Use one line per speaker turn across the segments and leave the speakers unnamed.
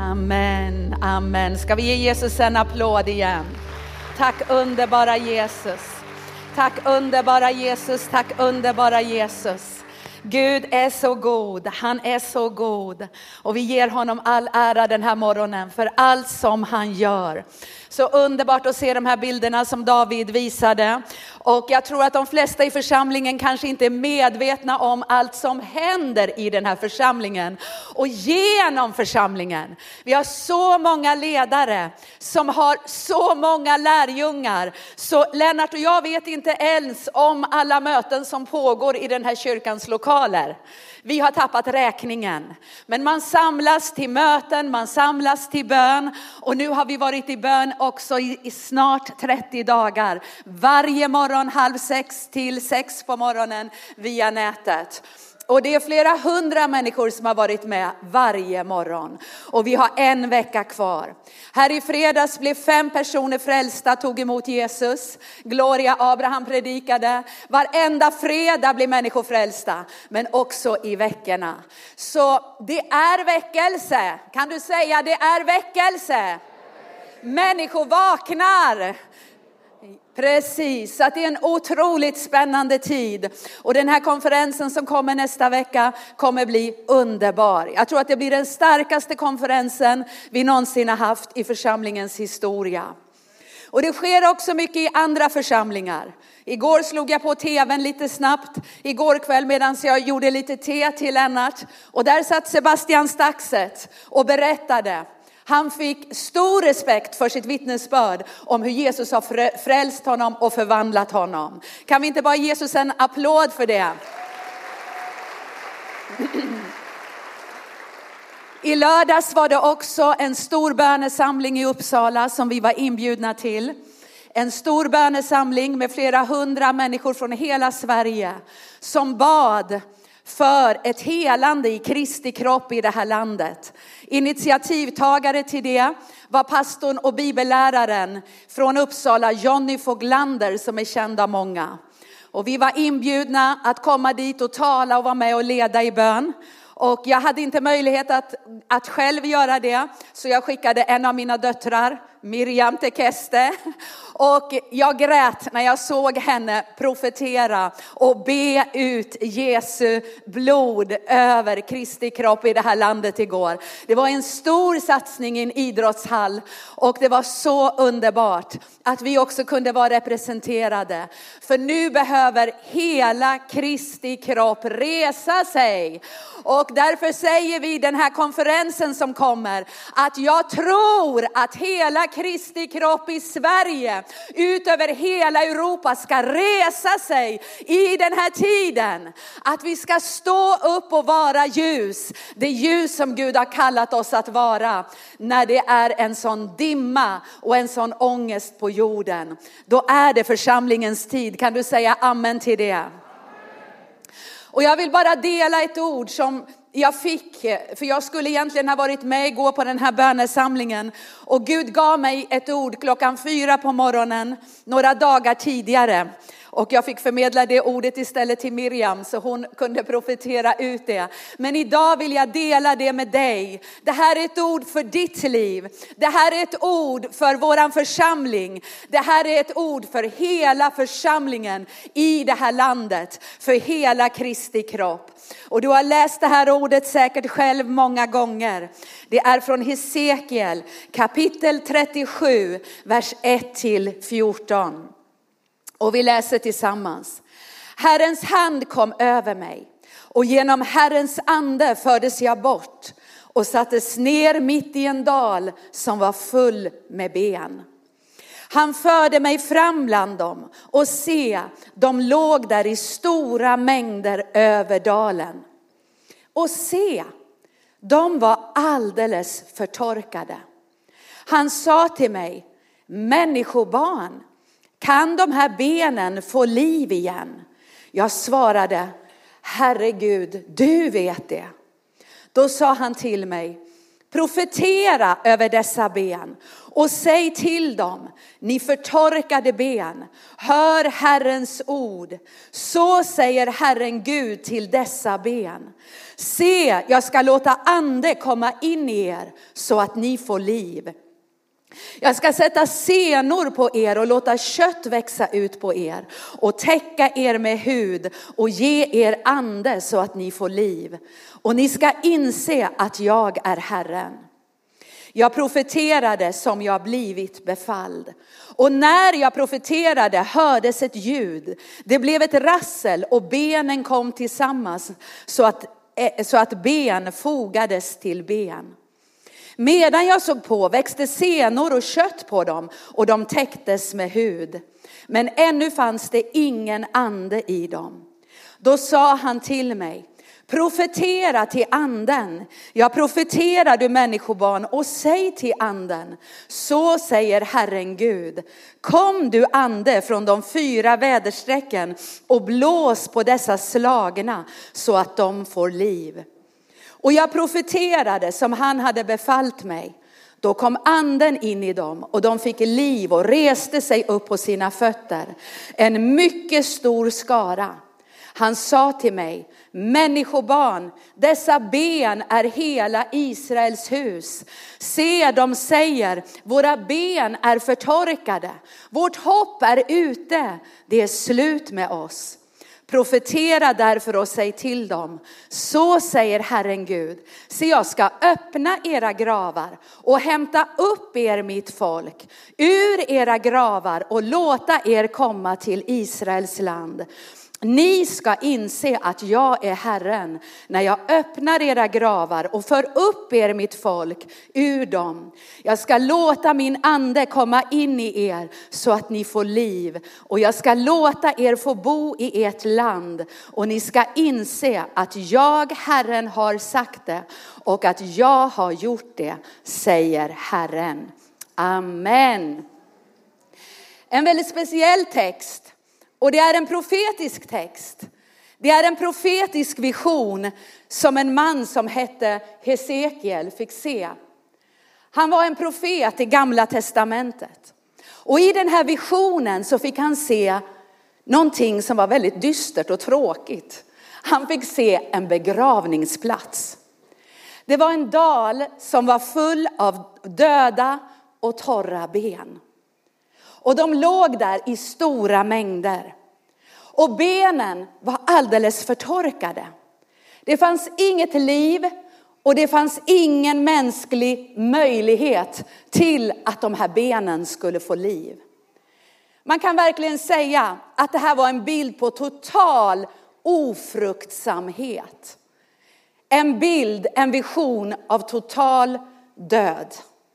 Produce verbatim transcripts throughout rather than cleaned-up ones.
Amen, amen. Ska vi ge Jesus en applåd igen? Tack underbara Jesus. Tack underbara Jesus, tack underbara Jesus. Gud är så god, han är så god. Och vi ger honom all ära den här morgonen för allt som han gör. Så underbart att se de här bilderna som David visade. Och jag tror att de flesta i församlingen kanske inte är medvetna om allt som händer i den här församlingen. Och genom församlingen. Vi har så många ledare som har så många lärjungar. Så Lennart och jag vet inte ens om alla möten som pågår i den här kyrkans lokaler. Vi har tappat räkningen. Men man samlas till möten, man samlas till bön. Och nu har vi varit i bön också i, i snart trettio dagar. Varje morgon halv sex till sex på morgonen via nätet. Och det är flera hundra människor som har varit med varje morgon. Och vi har en vecka kvar. Här i fredags blev fem personer frälsta, tog emot Jesus. Gloria Abraham predikade. Varenda fredag blir människor frälsta. Men också i veckorna. Så det är väckelse. Kan du säga det är väckelse? Människor vaknar. Precis, så att det är en otroligt spännande tid. Och den här konferensen som kommer nästa vecka kommer bli underbar. Jag tror att det blir den starkaste konferensen vi någonsin har haft i församlingens historia. Och det sker också mycket i andra församlingar. Igår slog jag på tvn lite snabbt. Igår kväll medan jag gjorde lite te till Lennart. Och där satt Sebastian Staxet och berättade. Han fick stor respekt för sitt vittnesbörd om hur Jesus har frälst honom och förvandlat honom. Kan vi inte bara ge Jesus en applåd för det? I lördags var det också en stor bönesamling i Uppsala som vi var inbjudna till. En stor bönesamling med flera hundra människor från hela Sverige som bad för ett helande i Kristi kropp i det här landet. Initiativtagare till det var pastorn och bibelläraren från Uppsala, Johnny Foglander, som är känd av många. Och vi var inbjudna att komma dit och tala och vara med och leda i bön. Och jag hade inte möjlighet att, att själv göra det. Så jag skickade en av mina döttrar, Miriam, till Keste. Och jag grät när jag såg henne profetera och be ut Jesu blod över Kristi kropp i det här landet igår. Det var en stor satsning i en idrottshall. Och det var så underbart att vi också kunde vara representerade. För nu behöver hela Kristi kropp resa sig. Och därför säger vi den här konferensen som kommer att jag tror att hela Kristi kropp i Sverige ut över hela Europa ska resa sig i den här tiden. Att vi ska stå upp och vara ljus. Det ljus som Gud har kallat oss att vara när det är en sån dimma och en sån ångest på jorden. Då är det församlingens tid. Kan du säga amen till det? Och jag vill bara dela ett ord som jag fick, för jag skulle egentligen ha varit med igår på den här bönesamlingen. Och Gud gav mig ett ord klockan fyra på morgonen, några dagar tidigare. Och jag fick förmedla det ordet istället till Miriam så hon kunde profetera ut det. Men idag vill jag dela det med dig. Det här är ett ord för ditt liv. Det här är ett ord för våran församling. Det här är ett ord för hela församlingen i det här landet. För hela Kristi kropp. Och du har läst det här ordet säkert själv många gånger. Det är från Hesekiel kapitel trettiosju, vers ett till fjorton. Och vi läser tillsammans. Herrens hand kom över mig. Och genom Herrens ande fördes jag bort. Och sattes ner mitt i en dal som var full med ben. Han förde mig fram bland dem. Och se, de låg där i stora mängder över dalen. Och se, de var alldeles förtorkade. Han sa till mig, människobarn. Kan de här benen få liv igen? Jag svarade, Herregud, du vet det. Då sa han till mig, Profetera över dessa ben och säg till dem, ni förtorkade ben, hör Herrens ord. Så säger Herren Gud till dessa ben. Se, jag ska låta ande komma in i er så att ni får liv. Jag ska sätta senor på er och låta kött växa ut på er och täcka er med hud och ge er ande så att ni får liv. Och ni ska inse att jag är Herren. Jag profeterade som jag blivit befalld. Och när jag profeterade hördes ett ljud. Det blev ett rassel och benen kom tillsammans så att, så att ben fogades till ben. Medan jag såg på växte senor och kött på dem och de täcktes med hud. Men ännu fanns det ingen ande i dem. Då sa han till mig, profetera till anden. Jag profeterar du människobarn och säg till anden. Så säger Herren Gud. Kom du ande från de fyra väderstrecken och blås på dessa slagna så att de får liv. Och jag profeterade som han hade befallt mig. Då kom anden in i dem och de fick liv och reste sig upp på sina fötter. En mycket stor skara. Han sa till mig, människobarn, dessa ben är hela Israels hus. Se, de säger, våra ben är förtorkade. Vårt hopp är ute, det är slut med oss. Profetera därför och säg till dem, så säger Herren Gud, se jag ska öppna era gravar och hämta upp er mitt folk ur era gravar och låta er komma till Israels land. Ni ska inse att jag är Herren när jag öppnar era gravar och för upp er mitt folk ur dem. Jag ska låta min ande komma in i er så att ni får liv. Och jag ska låta er få bo i ert land. Och ni ska inse att jag, Herren, har sagt det och att jag har gjort det, säger Herren. Amen. En väldigt speciell text. Och det är en profetisk text. Det är en profetisk vision som en man som hette Hesekiel fick se. Han var en profet i Gamla testamentet. Och i den här visionen så fick han se någonting som var väldigt dystert och tråkigt. Han fick se en begravningsplats. Det var en dal som var full av döda och torra ben. Och de låg där i stora mängder. Och benen var alldeles förtorkade. Det fanns inget liv och det fanns ingen mänsklig möjlighet till att de här benen skulle få liv. Man kan verkligen säga att det här var en bild på total ofruktsamhet. En bild, en vision av total död.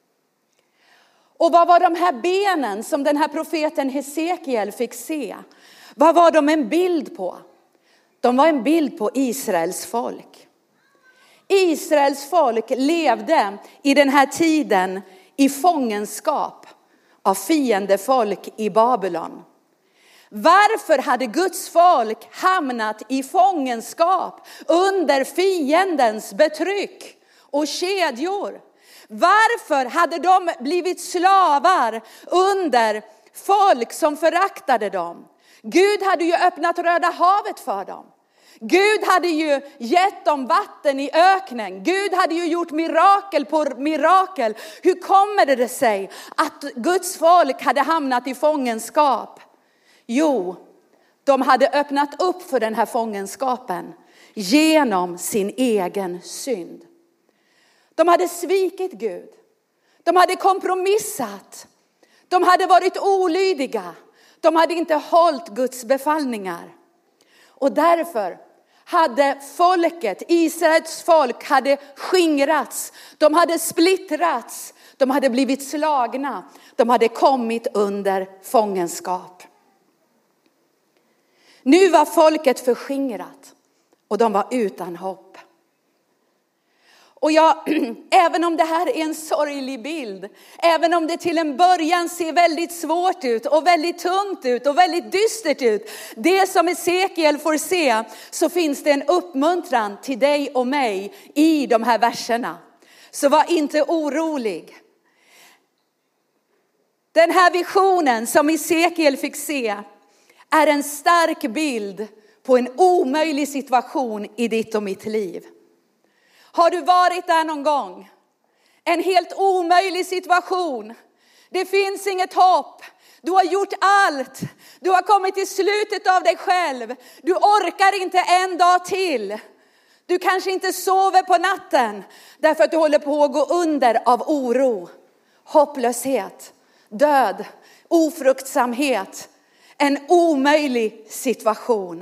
Och vad var de här benen som den här profeten Hesekiel fick se? Vad var de en bild på? De var en bild på Israels folk. Israels folk levde i den här tiden i fångenskap av fiendefolk i Babylon. Varför hade Guds folk hamnat i fångenskap under fiendens betryck och kedjor? Varför hade de blivit slavar under folk som föraktade dem? Gud hade ju öppnat Röda havet för dem. Gud hade ju gett dem vatten i öknen. Gud hade ju gjort mirakel på mirakel. Hur kommer det sig att Guds folk hade hamnat i fångenskap? Jo, de hade öppnat upp för den här fångenskapen genom sin egen synd. De hade svikit Gud. De hade kompromissat. De hade varit olydiga. De hade inte hållit Guds befallningar. Och därför hade folket, Israels folk, hade skingrats. De hade splittrats. De hade blivit slagna. De hade kommit under fångenskap. Nu var folket förskingrat. Och de var utan hopp. Och jag, även om det här är en sorglig bild, även om det till en början ser väldigt svårt ut och väldigt tungt ut och väldigt dystert ut, det som Hesekiel får se, så finns det en uppmuntran till dig och mig i de här verserna. Så var inte orolig. Den här visionen som Hesekiel fick se är en stark bild på en omöjlig situation i ditt och mitt liv. Har du varit där någon gång? En helt omöjlig situation. Det finns inget hopp. Du har gjort allt. Du har kommit till slutet av dig själv. Du orkar inte en dag till. Du kanske inte sover på natten därför att du håller på att gå under av oro, hopplöshet, död, ofruktsamhet. En omöjlig situation.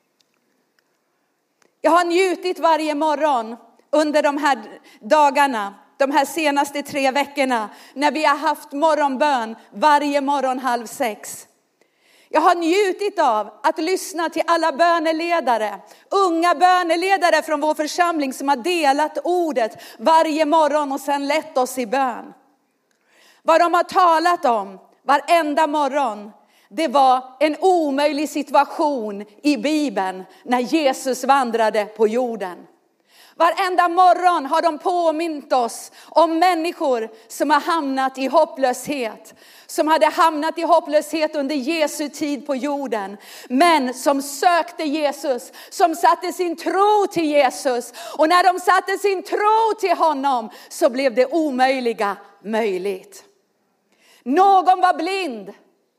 Jag har njutit varje morgon under de här dagarna, de här senaste tre veckorna, när vi har haft morgonbön varje morgon halv sex. Jag har njutit av att lyssna till alla böneledare, unga böneledare från vår församling som har delat ordet varje morgon och sedan lett oss i bön. Vad de har talat om varenda morgon, det var en omöjlig situation i Bibeln när Jesus vandrade på jorden. Varenda morgon har de påmint oss om människor som har hamnat i hopplöshet. Som hade hamnat i hopplöshet under Jesu tid på jorden. Men som sökte Jesus. Som satte sin tro till Jesus. Och när de satte sin tro till honom så blev det omöjliga möjligt. Någon var blind.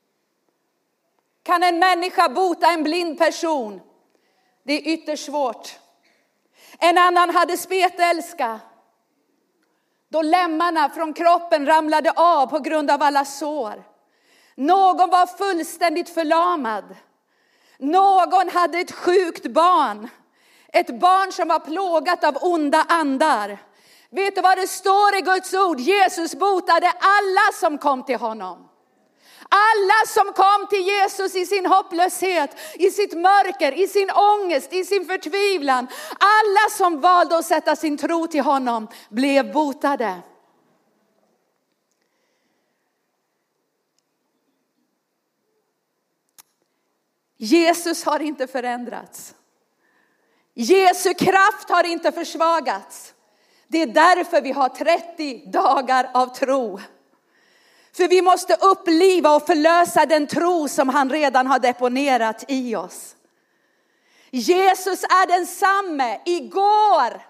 Kan en människa bota en blind person? Det är ytterst svårt. En annan hade spetälska. Då lemmarna från kroppen ramlade av på grund av alla sår. Någon var fullständigt förlamad. Någon hade ett sjukt barn. Ett barn som var plågat av onda andar. Vet du vad det står i Guds ord? Jesus botade alla som kom till honom. Alla som kom till Jesus i sin hopplöshet, i sitt mörker, i sin ångest, i sin förtvivlan. Alla som valde att sätta sin tro till honom blev botade. Jesus har inte förändrats. Jesu kraft har inte försvagats. Det är därför vi har trettio dagar av tro. För vi måste uppliva och förlösa den tro som han redan har deponerat i oss. Jesus är densamme igår,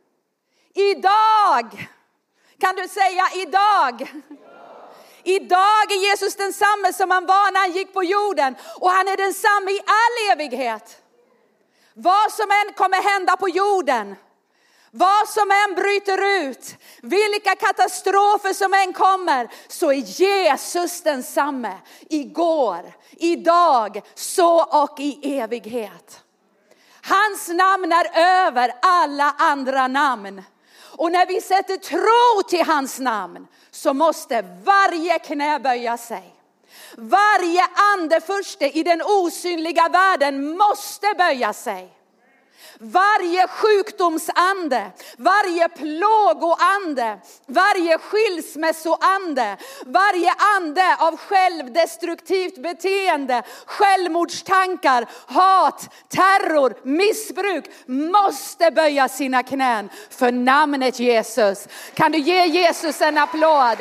idag. Kan du säga idag? Idag är Jesus densamme som han var när han gick på jorden. Och han är densamme i all evighet. Vad som än kommer hända på jorden. Vad som än bryter ut, vilka katastrofer som än kommer, så är Jesus densamme igår, idag, så och i evighet. Hans namn är över alla andra namn. Och när vi sätter tro till hans namn så måste varje knä böja sig. Varje andefurste i den osynliga världen måste böja sig. Varje sjukdomsande, varje plågoande, varje skilsmässoande, varje ande av självdestruktivt beteende, självmordstankar, hat, terror, missbruk måste böja sina knän för namnet Jesus. Kan du ge Jesus en applåd?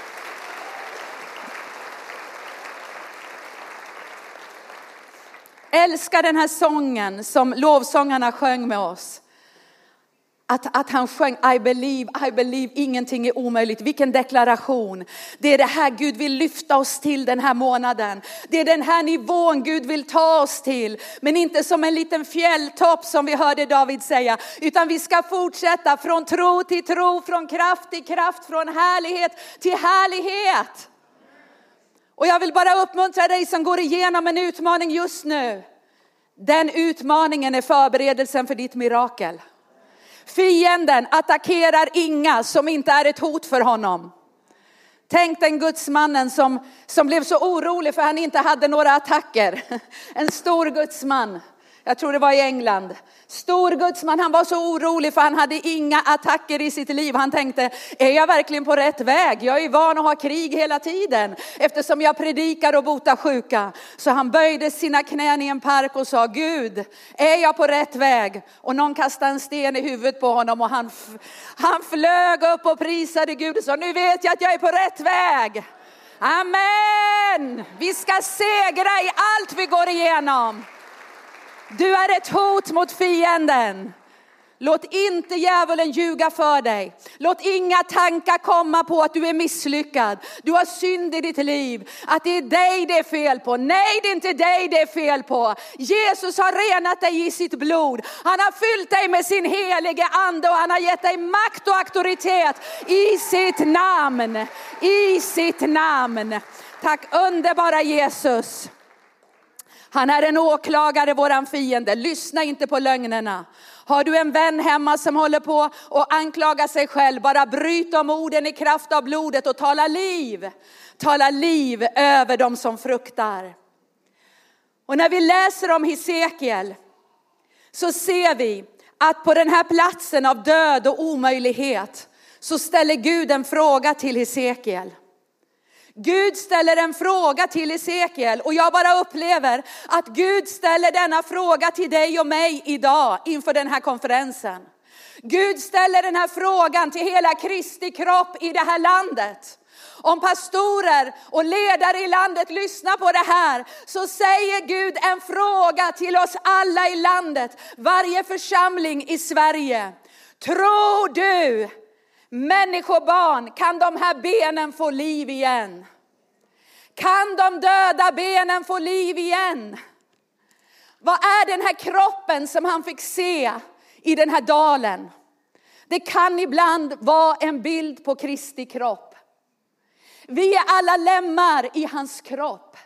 Älskar den här sången som lovsångarna sjöng med oss. Att, att han sjöng I believe, I believe, ingenting är omöjligt. Vilken deklaration. Det är det här Gud vill lyfta oss till den här månaden. Det är den här nivån Gud vill ta oss till. Men inte som en liten fjälltopp som vi hörde David säga. Utan vi ska fortsätta från tro till tro, från kraft till kraft, från härlighet till härlighet. Och jag vill bara uppmuntra dig som går igenom en utmaning just nu. Den utmaningen är förberedelsen för ditt mirakel. Fienden attackerar inga som inte är ett hot för honom. Tänk den gudsmannen som, som blev så orolig för han inte hade några attacker. En stor gudsman. Jag tror det var i England. Stor gudsman, han var så orolig för han hade inga attacker i sitt liv. Han tänkte, är jag verkligen på rätt väg? Jag är ju van att ha krig hela tiden eftersom jag predikar och botar sjuka. Så han böjde sina knän i en park och sa, Gud, är jag på rätt väg? Och någon kastade en sten i huvudet på honom och han, han flög upp och prisade Gud och sa, nu vet jag att jag är på rätt väg. Amen! Vi ska segra i allt vi går igenom. Du är ett hot mot fienden. Låt inte djävulen ljuga för dig. Låt inga tankar komma på att du är misslyckad. Du har synd i ditt liv. Att det är dig det är fel på. Nej, det är inte dig det är fel på. Jesus har renat dig i sitt blod. Han har fyllt dig med sin helige ande och han har gett dig makt och auktoritet i sitt namn. I sitt namn. Tack underbara Jesus. Han är en åklagare, våran fiende. Lyssna inte på lögnerna. Har du en vän hemma som håller på och anklagar sig själv, bara bryt de orden i kraft av blodet och tala liv. Tala liv över dem som fruktar. Och när vi läser om Hesekiel så ser vi att på den här platsen av död och omöjlighet så ställer Gud en fråga till Hesekiel. Gud ställer en fråga till Hesekiel och jag bara upplever att Gud ställer denna fråga till dig och mig idag inför den här konferensen. Gud ställer den här frågan till hela Kristi kropp i det här landet. Om pastorer och ledare i landet lyssnar på det här så säger Gud en fråga till oss alla i landet, varje församling i Sverige. Tror du, människobarn, kan de här benen få liv igen? Kan de döda benen få liv igen? Vad är den här kroppen som han fick se i den här dalen? Det kan ibland vara en bild på Kristi kropp. Vi är alla lemmar i hans kropp.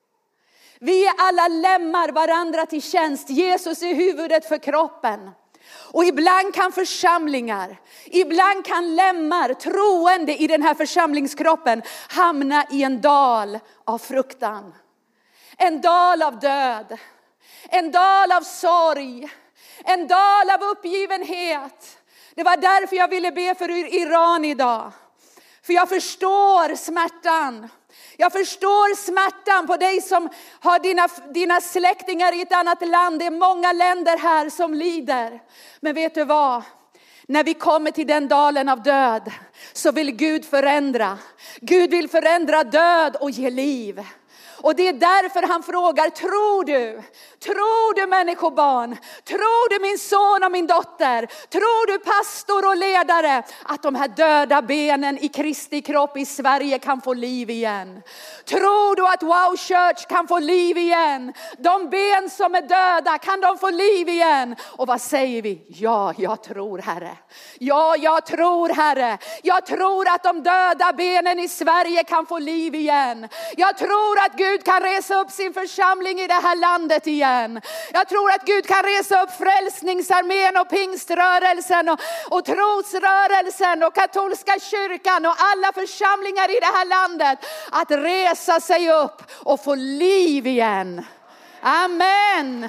Vi är alla lemmar varandra till tjänst. Jesus är huvudet för kroppen. Och ibland kan församlingar, ibland kan lemmar, troende i den här församlingskroppen hamna i en dal av fruktan. En dal av död. En dal av sorg. En dal av uppgivenhet. Det var därför jag ville be för Iran idag. För jag förstår smärtan. Jag förstår smärtan på dig som har dina, dina släktingar i ett annat land. Det är många länder här som lider. Men vet du vad? När vi kommer till den dalen av död så vill Gud förändra. Gud vill förändra död och ge liv. Och det är därför han frågar, tror du? Tror du människobarn? Tror du min son och min dotter? Tror du pastor och ledare att de här döda benen i Kristi kropp i Sverige kan få liv igen? Tror du att Wow Church kan få liv igen? De ben som är döda, kan de få liv igen? Och vad säger vi? Ja, jag tror Herre. Ja, jag tror Herre. Jag tror att de döda benen i Sverige kan få liv igen. Jag tror att Gud Gud kan resa upp sin församling i det här landet igen. Jag tror att Gud kan resa upp frälsningsarmén och pingströrelsen och, och trosrörelsen och katolska kyrkan och alla församlingar i det här landet att resa sig upp och få liv igen. Amen.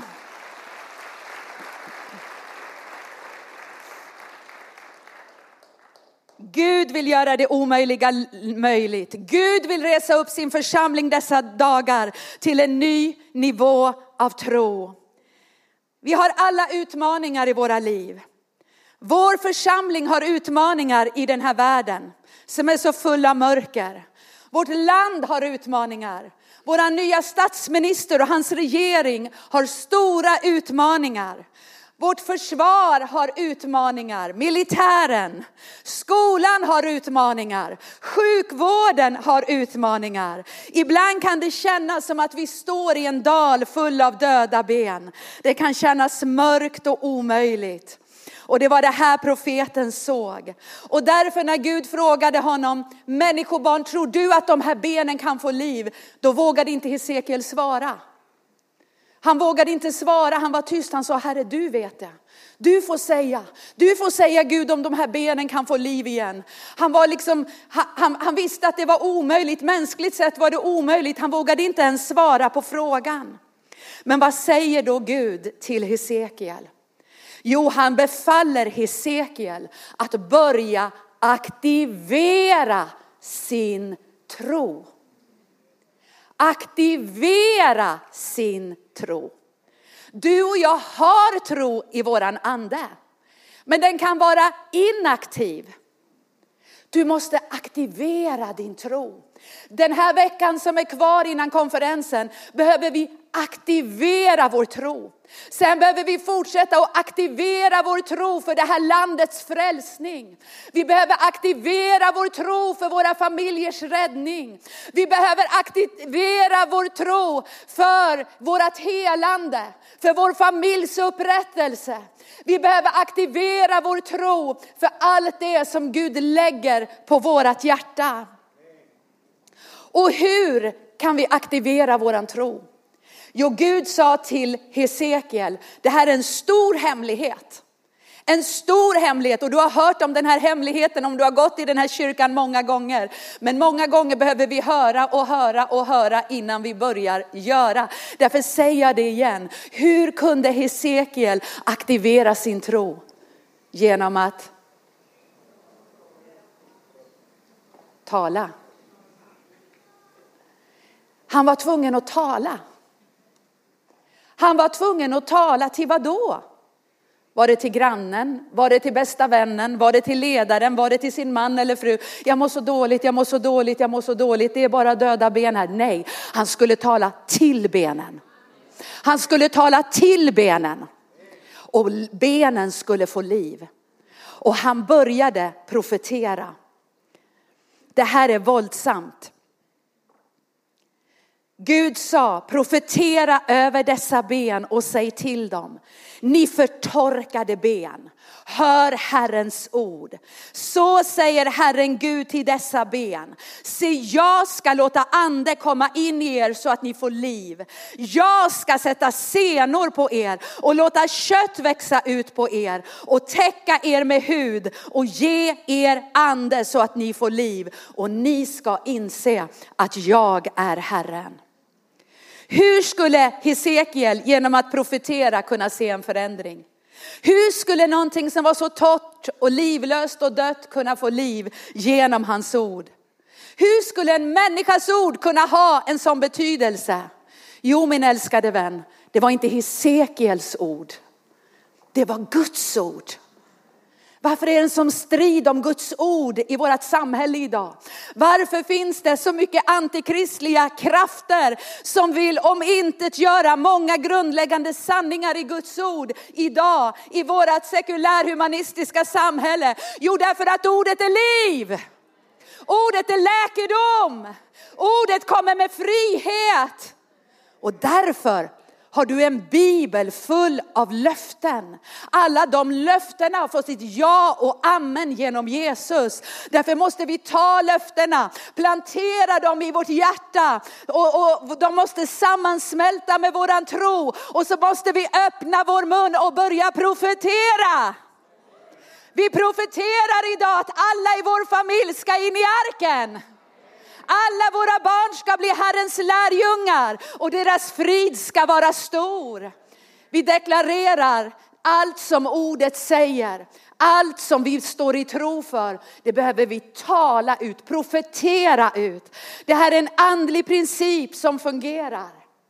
Gud vill göra det omöjliga möjligt. Gud vill resa upp sin församling dessa dagar till en ny nivå av tro. Vi har alla utmaningar i våra liv. Vår församling har utmaningar i den här världen som är så full av mörker. Vårt land har utmaningar. Vår nya statsminister och hans regering har stora utmaningar. Vårt försvar har utmaningar, militären, skolan har utmaningar, sjukvården har utmaningar. Ibland kan det kännas som att vi står i en dal full av döda ben. Det kan kännas mörkt och omöjligt. Och det var det här profeten såg. Och därför när Gud frågade honom, människobarn, tror du att de här benen kan få liv? Då vågade inte Hesekiel svara. Han vågade inte svara, han var tyst. Han sa, Herre, du vet det. Du får säga, du får säga Gud om de här benen kan få liv igen. Han var liksom, han, han visste att det var omöjligt. Mänskligt sett var det omöjligt. Han vågade inte ens svara på frågan. Men vad säger då Gud till Hesekiel? Jo, han befaller Hesekiel att börja aktivera sin tro. Aktivera sin tro. Du och jag har tro i våran ande. Men den kan vara inaktiv. Du måste aktivera din tro. Den här veckan som är kvar innan konferensen behöver vi aktivera vår tro. Sen behöver vi fortsätta att aktivera vår tro för det här landets frälsning. Vi behöver aktivera vår tro för våra familjers räddning. Vi behöver aktivera vår tro för vårat helande, för vår familjs upprättelse. Vi behöver aktivera vår tro för allt det som Gud lägger på vårat hjärta. Och hur kan vi aktivera våran tro? Jo, Gud sa till Hesekiel, det här är en stor hemlighet. En stor hemlighet, och du har hört om den här hemligheten om du har gått i den här kyrkan många gånger. Men många gånger behöver vi höra och höra och höra innan vi börjar göra. Därför säger jag det igen. Hur kunde Hesekiel aktivera sin tro? Genom att tala. Han var tvungen att tala. Han var tvungen att tala till vad då? Var det till grannen? Var det till bästa vännen? Var det till ledaren? Var det till sin man eller fru? Jag mår så dåligt, jag mår så dåligt, jag mår så dåligt. Det är bara döda ben här. Nej, han skulle tala till benen. Han skulle tala till benen. Och benen skulle få liv. Och han började profetera. Det här är våldsamt. Gud sa, profetera över dessa ben och säg till dem. Ni förtorkade ben, hör Herrens ord. Så säger Herren Gud till dessa ben. Se, jag ska låta ande komma in i er så att ni får liv. Jag ska sätta senor på er och låta kött växa ut på er. Och täcka er med hud och ge er ande så att ni får liv. Och ni ska inse att jag är Herren. Hur skulle Hesekiel genom att profetera kunna se en förändring? Hur skulle någonting som var så torrt och livlöst och dött kunna få liv genom hans ord? Hur skulle en människas ord kunna ha en sån betydelse? Jo, min älskade vän, det var inte Hesekiels ord. Det var Guds ord. Varför är det en sån strid om Guds ord i vårt samhälle idag? Varför finns det så mycket antikristliga krafter som vill omintetgöra många grundläggande sanningar i Guds ord idag i vårt sekulärhumanistiska samhälle? Jo, därför att ordet är liv. Ordet är läkedom. Ordet kommer med frihet. Och därför har du en bibel full av löften. Alla de löftena har fått sitt ja och amen genom Jesus. Därför måste vi ta löftena, plantera dem i vårt hjärta. Och, och de måste sammansmälta med våran tro. Och så måste vi öppna vår mun och börja profetera. Vi profeterar idag att alla i vår familj ska in i arken. Alla våra barn ska bli Herrens lärjungar och deras frid ska vara stor. Vi deklarerar allt som ordet säger. Allt som vi står i tro för, det behöver vi tala ut, profetera ut. Det här är en andlig princip som fungerar.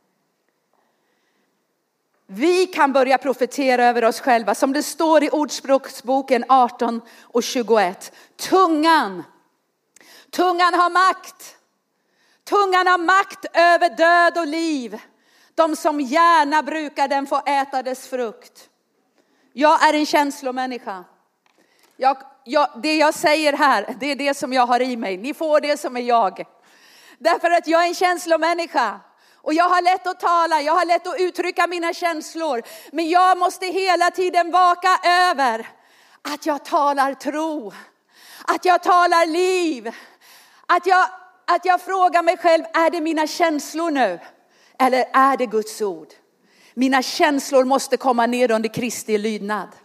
Vi kan börja profetera över oss själva. Som det står i Ordspråksboken arton och tjugoett. Tungan. Tungan har makt. Tungan har makt över död och liv. De som gärna brukar den får äta dess frukt. Jag är en känslomänniska. Jag, jag, det jag säger här, det är det som jag har i mig. Ni får det som är jag. Därför att jag är en känslomänniska. Och jag har lätt att tala, jag har lätt att uttrycka mina känslor. Men jag måste hela tiden vaka över att jag talar tro. Att jag talar liv. Att jag, att jag frågar mig själv, är det mina känslor nu? Eller är det Guds ord? Mina känslor måste komma ner under Kristi lydnad.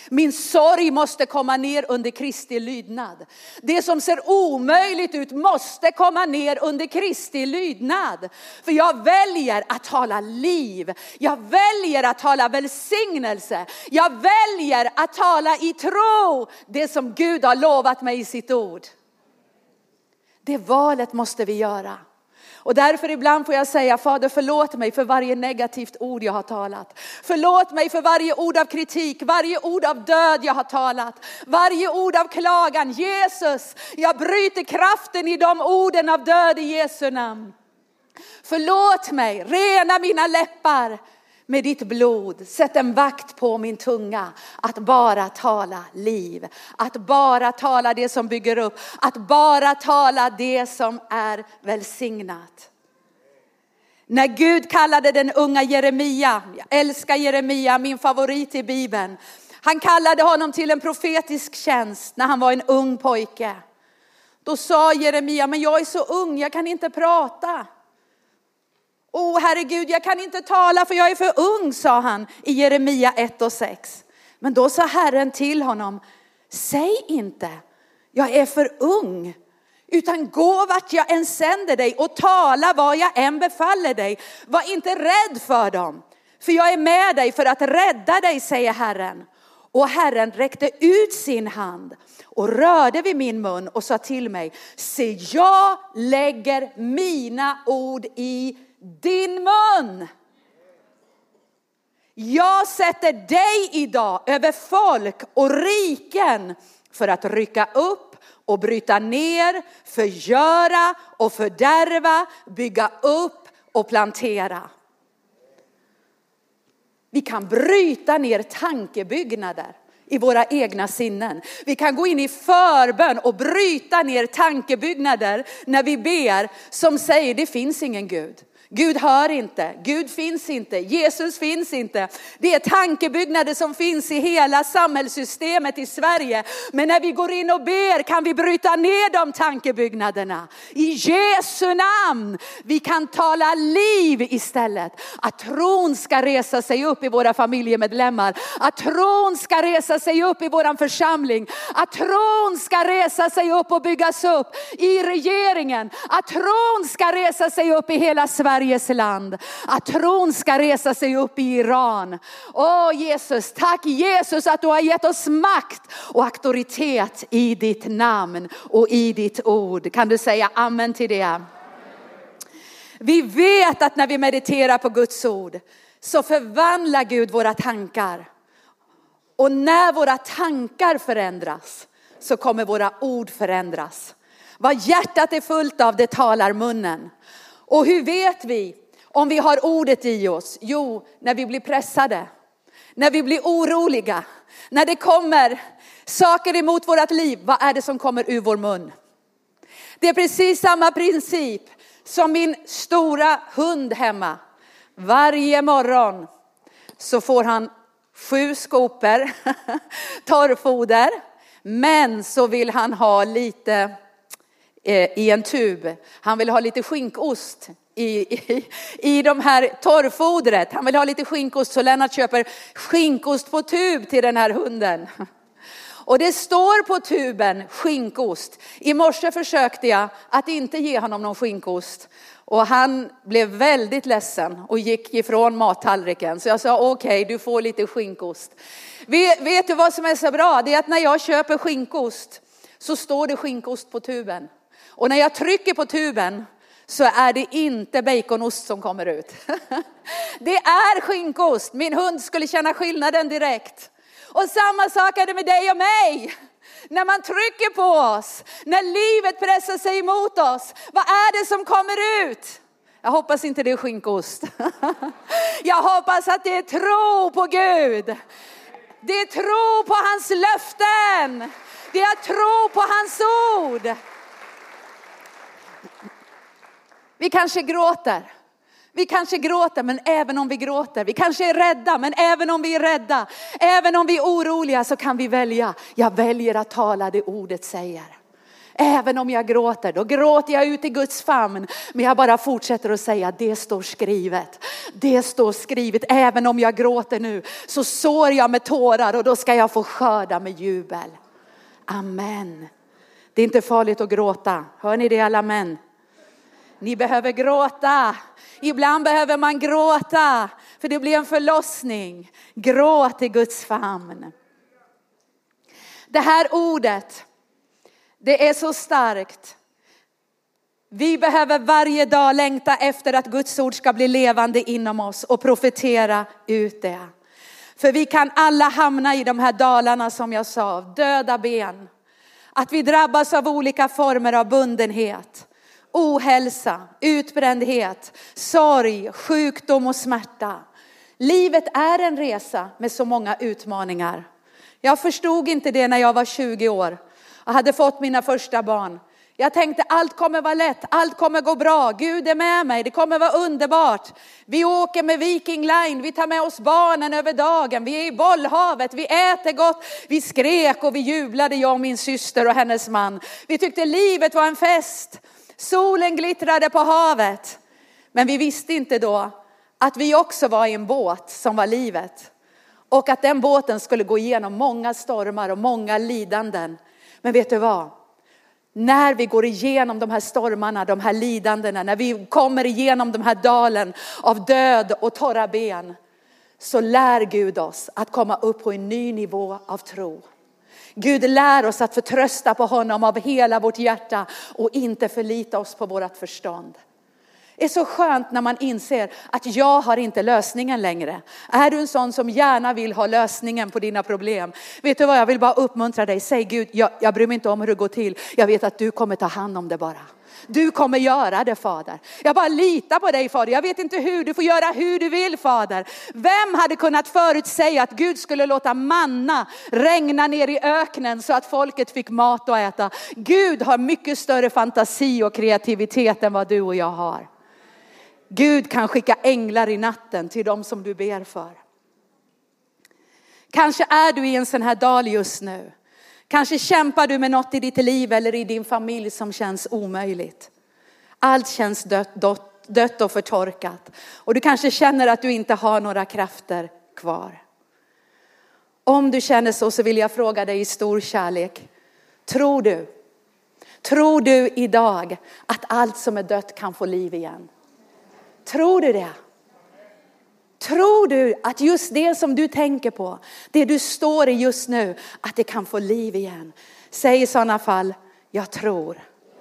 Min sorg måste komma ner under Kristi lydnad. Det som ser omöjligt ut måste komma ner under Kristi lydnad. För jag väljer att tala liv. Jag väljer att tala välsignelse. Jag väljer att tala i tro. Det som Gud har lovat mig i sitt ord. Det valet måste vi göra. Och därför ibland får jag säga, Fader, förlåt mig för varje negativt ord jag har talat. Förlåt mig för varje ord av kritik, varje ord av död jag har talat. Varje ord av klagan. Jesus, jag bryter kraften i de orden av död i Jesu namn. Förlåt mig, rena mina läppar med ditt blod. Sätt en vakt på min tunga. Att bara tala liv. Att bara tala det som bygger upp. Att bara tala det som är välsignat. När Gud kallade den unga Jeremia. Jag älskar Jeremia, min favorit i Bibeln. Han kallade honom till en profetisk tjänst när han var en ung pojke. Då sa Jeremia, men jag är så ung, jag kan inte prata. Åh, herregud, jag kan inte tala för jag är för ung, sa han i Jeremia ett och sex. Men då sa Herren till honom, säg inte, jag är för ung. Utan gå vart jag än sänder dig och tala vad jag än befaller dig. Var inte rädd för dem, för jag är med dig för att rädda dig, säger Herren. Och Herren räckte ut sin hand och rörde vid min mun och sa till mig, se, jag lägger mina ord i din mun. Jag sätter dig idag över folk och riken för att rycka upp och bryta ner, förgöra och fördärva, bygga upp och plantera. Vi kan bryta ner tankebyggnader i våra egna sinnen. Vi kan gå in i förbön och bryta ner tankebyggnader när vi ber som säger det finns ingen Gud. Gud hör inte, Gud finns inte, Jesus finns inte. Det är tankebyggnader som finns i hela samhällssystemet i Sverige. Men när vi går in och ber kan vi bryta ner de tankebyggnaderna. I Jesu namn. Vi kan tala liv istället. Att tron ska resa sig upp i våra familjemedlemmar. Att tron ska resa sig upp i våran församling. Att tron ska resa sig upp och byggas upp i regeringen. Att tron ska resa sig upp i hela Sverige. Land. Att tron ska resa sig upp i Iran. Åh Jesus, tack Jesus att du har gett oss makt och auktoritet i ditt namn och i ditt ord. Kan du säga amen till det? Amen. Vi vet att när vi mediterar på Guds ord så förvandlar Gud våra tankar. Och när våra tankar förändras så kommer våra ord förändras. Vad hjärtat är fullt av, det talar munnen. Och hur vet vi om vi har ordet i oss? Jo, när vi blir pressade. När vi blir oroliga. När det kommer saker emot vårt liv. Vad är det som kommer ur vår mun? Det är precis samma princip som min stora hund hemma. Varje morgon så får han sju skopor torrfoder. Men så vill han ha lite i en tub. Han vill ha lite skinkost i, i, i de här torrfodret. Han vill ha lite skinkost, så Lennart köper skinkost på tub till den här hunden. Och det står på tuben skinkost. I morse försökte jag att inte ge honom någon skinkost. Och han blev väldigt ledsen och gick ifrån mattallriken. Så jag sa okej, okay, du får lite skinkost. Vet, vet du vad som är så bra? Det är att när jag köper skinkost så står det skinkost på tuben. Och när jag trycker på tuben så är det inte baconost som kommer ut. Det är skinkost. Min hund skulle känna skillnaden direkt. Och samma sak är det med dig och mig. När man trycker på oss, när livet pressar sig emot oss, vad är det som kommer ut? Jag hoppas inte det är skinkost. Jag hoppas att det är tro på Gud. Det är tro på hans löften. Det är tro på hans ord. Vi kanske gråter. Vi kanske gråter, men även om vi gråter. Vi kanske är rädda, men även om vi är rädda. Även om vi är oroliga så kan vi välja. Jag väljer att tala det ordet säger. Även om jag gråter, då gråter jag ut i Guds famn. Men jag bara fortsätter att säga, det står skrivet. Det står skrivet, även om jag gråter nu så sår jag med tårar och då ska jag få skörda med jubel. Amen. Det är inte farligt att gråta. Hör ni det alla män? Ni behöver gråta. Ibland behöver man gråta. För det blir en förlossning. Gråt i Guds famn. Det här ordet, det är så starkt. Vi behöver varje dag längta efter att Guds ord ska bli levande inom oss och profetera ut det. För vi kan alla hamna i de här dalarna som jag sa, döda ben. Att vi drabbas av olika former av bundenhet, ohälsa, utbrändhet, sorg, sjukdom och smärta. Livet är en resa med så många utmaningar. Jag förstod inte det när jag var tjugo år och hade fått mina första barn. Jag tänkte allt kommer vara lätt, allt kommer gå bra. Gud är med mig, det kommer vara underbart. Vi åker med Viking Line, vi tar med oss barnen över dagen. Vi är i bollhavet, vi äter gott. Vi skrek och vi jublade, jag och min syster och hennes man. Vi tyckte livet var en fest. Solen glittrade på havet. Men vi visste inte då att vi också var i en båt som var livet. Och att den båten skulle gå igenom många stormar och många lidanden. Men vet du vad? När vi går igenom de här stormarna, de här lidandena, när vi kommer igenom de här dalen av död och torra ben, så lär Gud oss att komma upp på en ny nivå av tro. Gud lär oss att förtrösta på honom av hela vårt hjärta och inte förlita oss på vårt förstånd. Det är så skönt när man inser att jag har inte lösningen längre. Är du en sån som gärna vill ha lösningen på dina problem? Vet du vad, jag vill bara uppmuntra dig. Säg Gud, jag, jag bryr mig inte om hur det går till. Jag vet att du kommer ta hand om det bara. Du kommer göra det, Fader. Jag bara litar på dig, Fader. Jag vet inte hur, du får göra hur du vill, Fader. Vem hade kunnat förutsäga att Gud skulle låta manna regna ner i öknen så att folket fick mat att äta? Gud har mycket större fantasi och kreativitet än vad du och jag har. Gud kan skicka änglar i natten till dem som du ber för. Kanske är du i en sån här dal just nu. Kanske kämpar du med något i ditt liv eller i din familj som känns omöjligt. Allt känns dött, dött, dött och förtorkat. Och du kanske känner att du inte har några krafter kvar. Om du känner så, så vill jag fråga dig i stor kärlek. Tror du? Tror du idag att allt som är dött kan få liv igen? Tror du det? Tror du att just det som du tänker på, det du står i just nu, att det kan få liv igen? Säg i sådana fall, jag tror.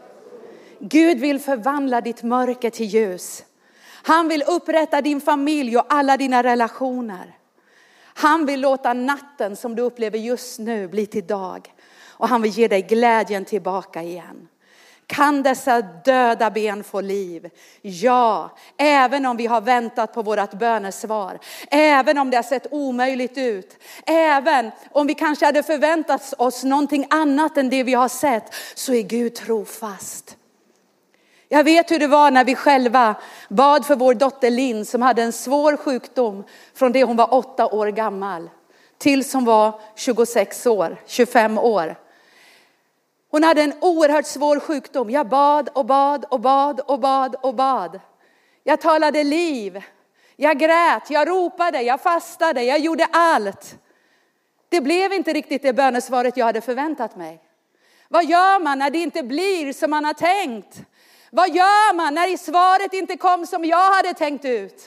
Gud vill förvandla ditt mörker till ljus. Han vill upprätta din familj och alla dina relationer. Han vill låta natten som du upplever just nu bli till dag. Och han vill ge dig glädjen tillbaka igen. Kan dessa döda ben få liv? Ja, även om vi har väntat på vårat bönesvar. Även om det har sett omöjligt ut. Även om vi kanske hade förväntat oss någonting annat än det vi har sett. Så är Gud trofast. Jag vet hur det var när vi själva bad för vår dotter Linn som hade en svår sjukdom. Från det hon var åtta år gammal tills hon var tjugosex år, tjugofem år. Hon hade en oerhört svår sjukdom. Jag bad och bad och bad och bad och bad. Jag talade liv. Jag grät, jag ropade, jag fastade, jag gjorde allt. Det blev inte riktigt det bönesvaret jag hade förväntat mig. Vad gör man när det inte blir som man har tänkt? Vad gör man när svaret inte kom som jag hade tänkt ut?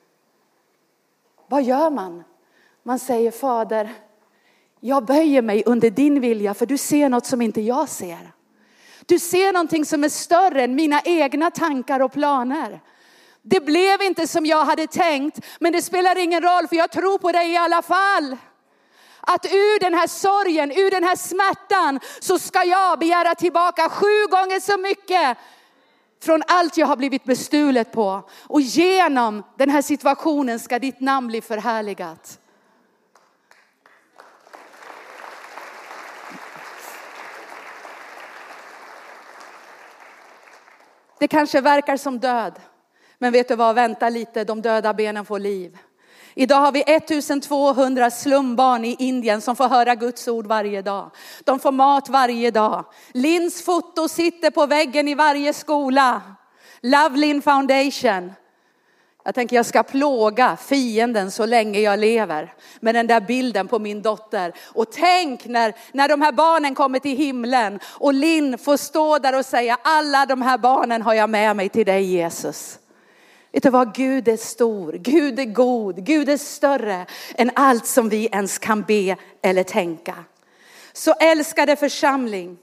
Vad gör man? Man säger, Fader, jag böjer mig under din vilja för du ser något som inte jag ser. Du ser någonting som är större än mina egna tankar och planer. Det blev inte som jag hade tänkt, men det spelar ingen roll för jag tror på dig i alla fall. Att ur den här sorgen, ur den här smärtan så ska jag begära tillbaka sju gånger så mycket från allt jag har blivit bestulet på. Och genom den här situationen ska ditt namn bli förhärligat. Det kanske verkar som död. Men vet du vad, vänta lite, de döda benen får liv. Idag har vi ettusentvåhundra slumbarn i Indien som får höra Guds ord varje dag. De får mat varje dag. Lins foto sitter på väggen i varje skola. Love Lynn Foundation. Jag tänker jag ska plåga fienden så länge jag lever med den där bilden på min dotter. Och tänk när, när de här barnen kommer till himlen och Linn får stå där och säga: alla de här barnen har jag med mig till dig, Jesus. Vet du vad? Gud är stor, Gud är god, Gud är större än allt som vi ens kan be eller tänka. Så älskade församling,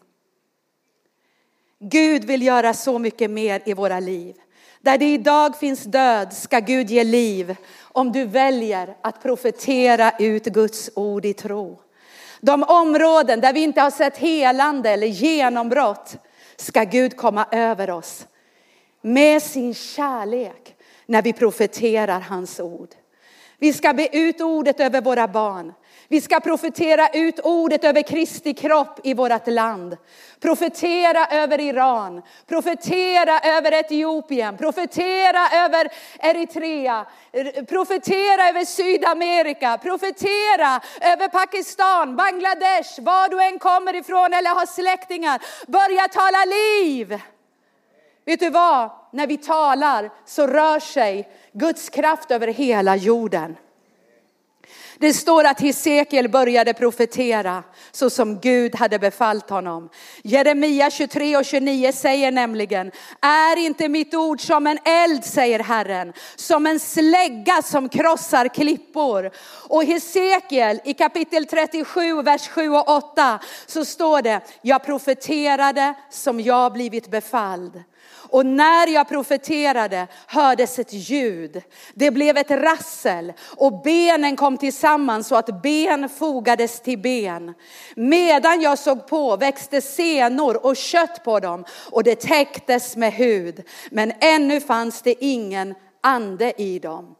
Gud vill göra så mycket mer i våra liv. Där det idag finns död ska Gud ge liv om du väljer att profetera ut Guds ord i tro. De områden där vi inte har sett helande eller genombrott ska Gud komma över oss med sin kärlek när vi profeterar hans ord. Vi ska be ut ordet över våra barn. Vi ska profetera ut ordet över Kristi kropp i vårt land. Profetera över Iran. Profetera över Etiopien. Profetera över Eritrea. Profetera över Sydamerika. Profetera över Pakistan, Bangladesh. Var du än kommer ifrån eller har släktingar. Börja tala liv. Vet du vad? När vi talar så rör sig Guds kraft över hela jorden. Det står att Hesekiel började profetera så som Gud hade befallt honom. Jeremia tjugotre och tjugonio säger nämligen: är inte mitt ord som en eld, säger Herren, som en slägga som krossar klippor. Och Hesekiel i kapitel trettiosju, vers sju och åtta så står det: jag profeterade som jag blivit befalld. Och när jag profeterade hördes ett ljud. Det blev ett rassel och benen kom tillsammans så att ben fogades till ben. Medan jag såg på växte senor och kött på dem och det täcktes med hud. Men ännu fanns det ingen ande i dem.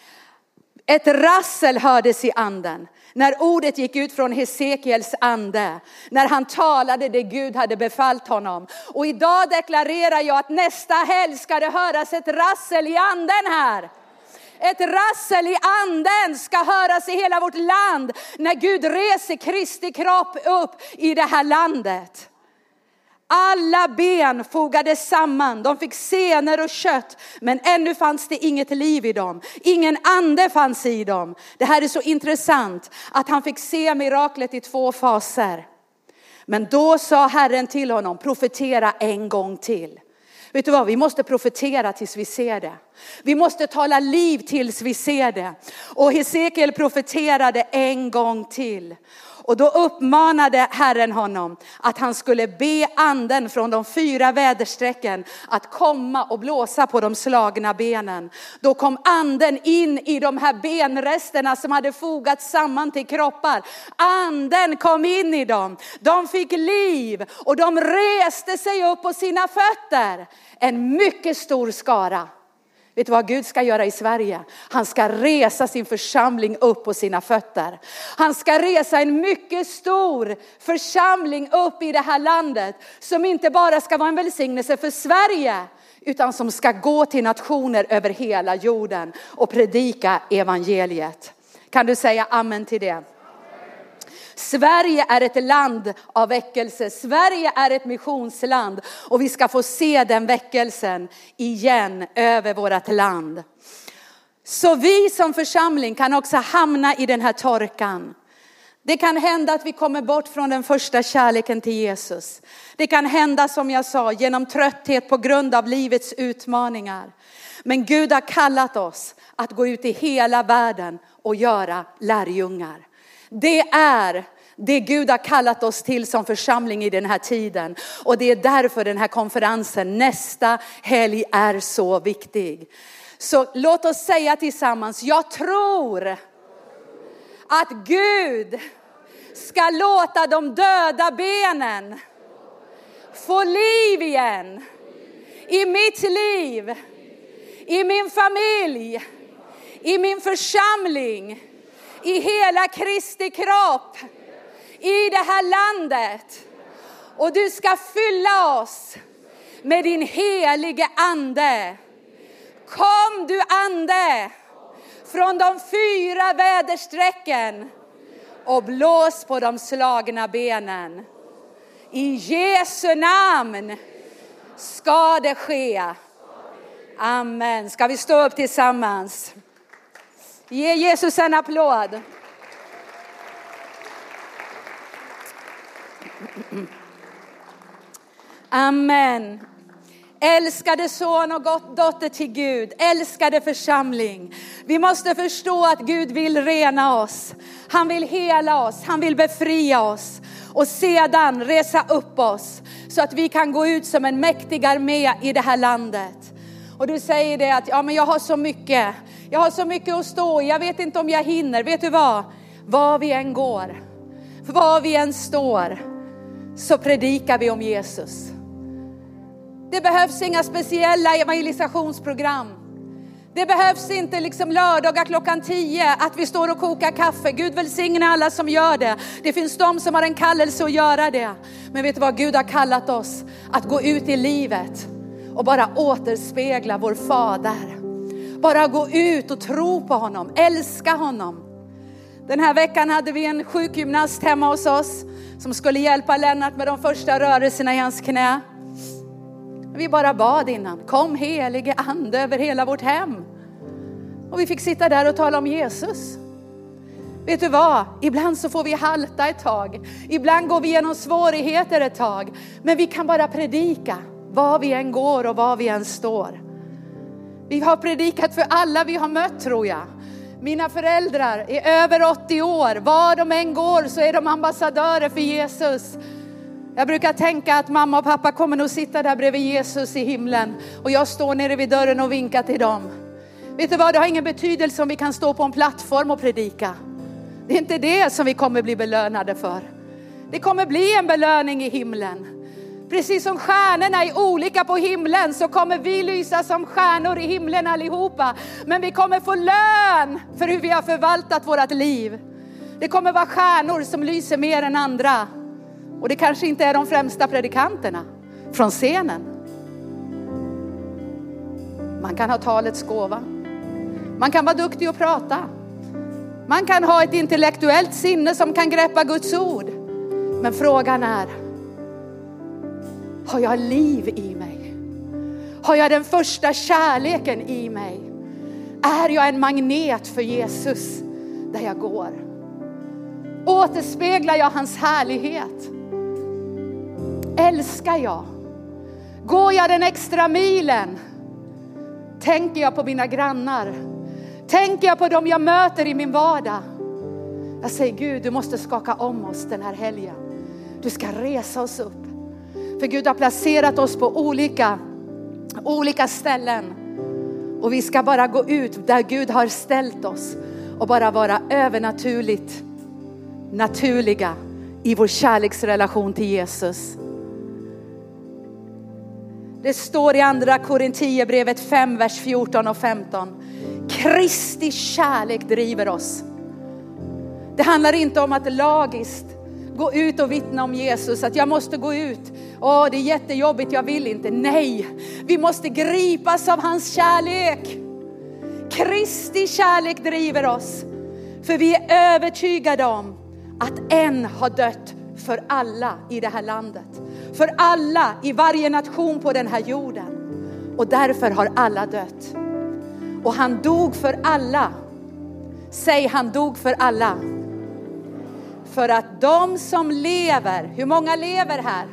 Ett rassel hördes i anden. När ordet gick ut från Hesekiels ande. När han talade det Gud hade befallt honom. Och idag deklarerar jag att nästa helg ska det höras ett rassel i anden här. Ett rassel i anden ska höras i hela vårt land. När Gud reser Kristi kropp upp i det här landet. Alla ben fogades samman. De fick senor och kött. Men ännu fanns det inget liv i dem. Ingen ande fanns i dem. Det här är så intressant. Att han fick se miraklet i två faser. Men då sa Herren till honom: profetera en gång till. Vet du vad? Vi måste profetera tills vi ser det. Vi måste tala liv tills vi ser det. Och Hesekiel profeterade en gång till. Och då uppmanade Herren honom att han skulle be anden från de fyra väderstrecken att komma och blåsa på de slagna benen. Då kom anden in i de här benresterna som hade fogats samman till kroppar. Anden kom in i dem. De fick liv och de reste sig upp på sina fötter. En mycket stor skara. Vet du vad Gud ska göra i Sverige? Han ska resa sin församling upp på sina fötter. Han ska resa en mycket stor församling upp i det här landet. Som inte bara ska vara en välsignelse för Sverige. Utan som ska gå till nationer över hela jorden. Och predika evangeliet. Kan du säga amen till det? Sverige är ett land av väckelse. Sverige är ett missionsland. Och vi ska få se den väckelsen igen över vårt land. Så vi som församling kan också hamna i den här torkan. Det kan hända att vi kommer bort från den första kärleken till Jesus. Det kan hända, som jag sa, genom trötthet på grund av livets utmaningar. Men Gud har kallat oss att gå ut i hela världen och göra lärjungar. Det är det Gud har kallat oss till som församling i den här tiden. Och det är därför den här konferensen nästa helg är så viktig. Så låt oss säga tillsammans: jag tror att Gud ska låta de döda benen få liv igen. I mitt liv, i min familj, i min församling, i hela Kristi kropp, i det här landet. Och du ska fylla oss med din helige ande. Kom du ande, från de fyra väderstrecken och blås på de slagna benen. I Jesu namn ska det ske. Amen. Ska vi stå upp tillsammans? Ge Jesus en applåd. Amen. Älskade son och gott dotter till Gud. Älskade församling. Vi måste förstå att Gud vill rena oss. Han vill hela oss. Han vill befria oss. Och sedan resa upp oss. Så att vi kan gå ut som en mäktig armé i det här landet. Och du säger det att ja, men jag har så mycket. Jag har så mycket att stå i. Jag vet inte om jag hinner. Vet du vad? Var vi än går. Var vi än står. Så predikar vi om Jesus. Det behövs inga speciella evangelisationsprogram. Det behövs inte liksom lördagar klockan tio att vi står och kokar kaffe. Gud välsigne alla som gör det. Det finns de som har en kallelse att göra det. Men vet du vad? Gud har kallat oss att gå ut i livet och bara återspegla vår fader. Bara gå ut och tro på honom. Älska honom. Den här veckan hade vi en sjukgymnast hemma hos oss som skulle hjälpa Lennart med de första rörelserna i hans knä. Vi bara bad innan. Kom helige ande över hela vårt hem. Och vi fick sitta där och tala om Jesus. Vet du vad? Ibland så får vi halta ett tag. Ibland går vi igenom svårigheter ett tag. Men vi kan bara predika. Var vi än går och var vi än står. Vi har predikat för alla vi har mött, tror jag. Mina föräldrar är över åttio år. Var de än går så är de ambassadörer för Jesus. Jag brukar tänka att mamma och pappa kommer nog sitta där bredvid Jesus i himlen. Och jag står nere vid dörren och vinkar till dem. Vet du vad? Det har ingen betydelse om vi kan stå på en plattform och predika. Det är inte det som vi kommer bli belönade för. Det kommer bli en belöning i himlen. Precis som stjärnorna är olika på himlen så kommer vi lysa som stjärnor i himlen allihopa. Men vi kommer få lön för hur vi har förvaltat vårt liv. Det kommer vara stjärnor som lyser mer än andra. Och det kanske inte är de främsta predikanterna från scenen. Man kan ha talets gåva. Man kan vara duktig att prata. Man kan ha ett intellektuellt sinne som kan greppa Guds ord. Men frågan är, har jag liv i mig? Har jag den första kärleken i mig? Är jag en magnet för Jesus där jag går? Återspeglar jag hans härlighet? Älskar jag? Går jag den extra milen? Tänker jag på mina grannar? Tänker jag på dem jag möter i min vardag? Jag säger Gud, du måste skaka om oss den här helgen. Du ska resa oss upp. För Gud har placerat oss på olika, olika ställen. Och vi ska bara gå ut där Gud har ställt oss. Och bara vara övernaturligt naturliga i vår kärleksrelation till Jesus. Det står i andra Korintierbrevet fem, vers fjorton och femton. Kristi kärlek driver oss. Det handlar inte om att lagiskt gå ut och vittna om Jesus. Att jag måste gå ut. Åh, det är jättejobbigt, jag vill inte. Nej, vi måste gripas av hans kärlek. Kristi kärlek driver oss. För vi är övertygade om att en har dött för alla i det här landet. För alla i varje nation på den här jorden. Och därför har alla dött. Och han dog för alla. Säg, han dog för alla. För att de som lever, hur många lever här?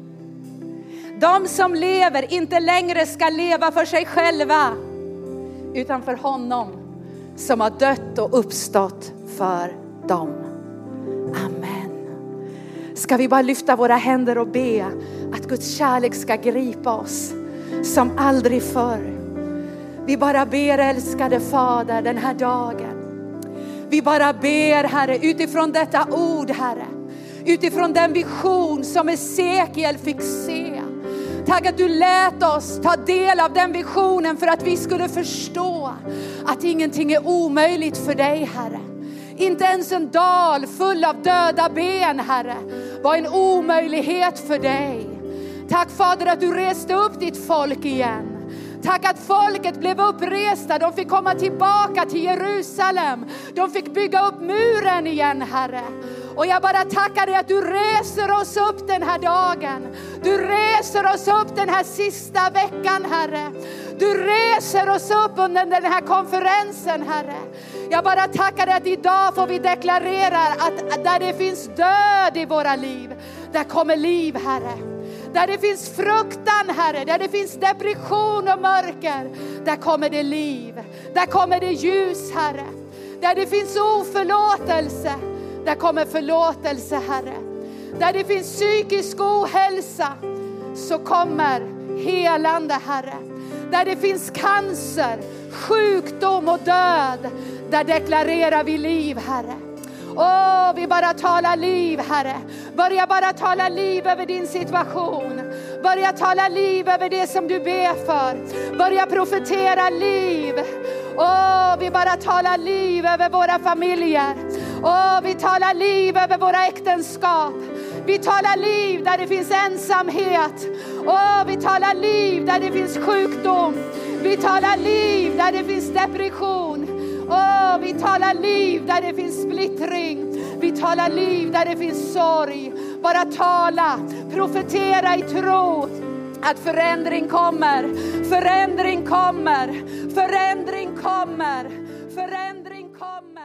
De som lever inte längre ska leva för sig själva. Utan för honom som har dött och uppstått för dem. Amen. Ska vi bara lyfta våra händer och be att Guds kärlek ska gripa oss som aldrig förr. Vi bara ber, älskade Fader, den här dagen. Vi bara ber, Herre, utifrån detta ord, Herre. Utifrån den vision som Esekiel fick se. Tack att du lät oss ta del av den visionen för att vi skulle förstå att ingenting är omöjligt för dig, Herre. Inte ens en dal full av döda ben, Herre, var en omöjlighet för dig. Tack, Fader, att du reste upp ditt folk igen. Tack att folket blev uppresta. De fick komma tillbaka till Jerusalem. De fick bygga upp muren igen, Herre. Och jag bara tackar dig att du reser oss upp den här dagen. Du reser oss upp den här sista veckan, Herre. Du reser oss upp under den här konferensen, Herre. Jag bara tackar dig att idag får vi deklarera att där det finns död i våra liv, där kommer liv, Herre. Där det finns fruktan, Herre, där det finns depression och mörker, där kommer det liv. Där kommer det ljus, Herre. Där det finns oförlåtelse, där kommer förlåtelse, Herre. Där det finns psykisk ohälsa, så kommer helande, Herre. Där det finns cancer, sjukdom och död, där deklarerar vi liv, Herre. Åh, vi bara talar liv, Herre. Börja bara tala liv över din situation. Börja tala liv över det som du ber för. Börja profetera liv. Åh, vi bara talar liv över våra familjer. Åh, vi talar liv över våra äktenskap. Vi talar liv där det finns ensamhet. Åh, vi talar liv där det finns sjukdom. Vi talar liv där det finns depression. Åh, vi talar liv där det finns splittring. Vi talar liv där det finns sorg. Bara tala, profetera i tro att förändring kommer. Förändring kommer. Förändring kommer. Förändring kommer.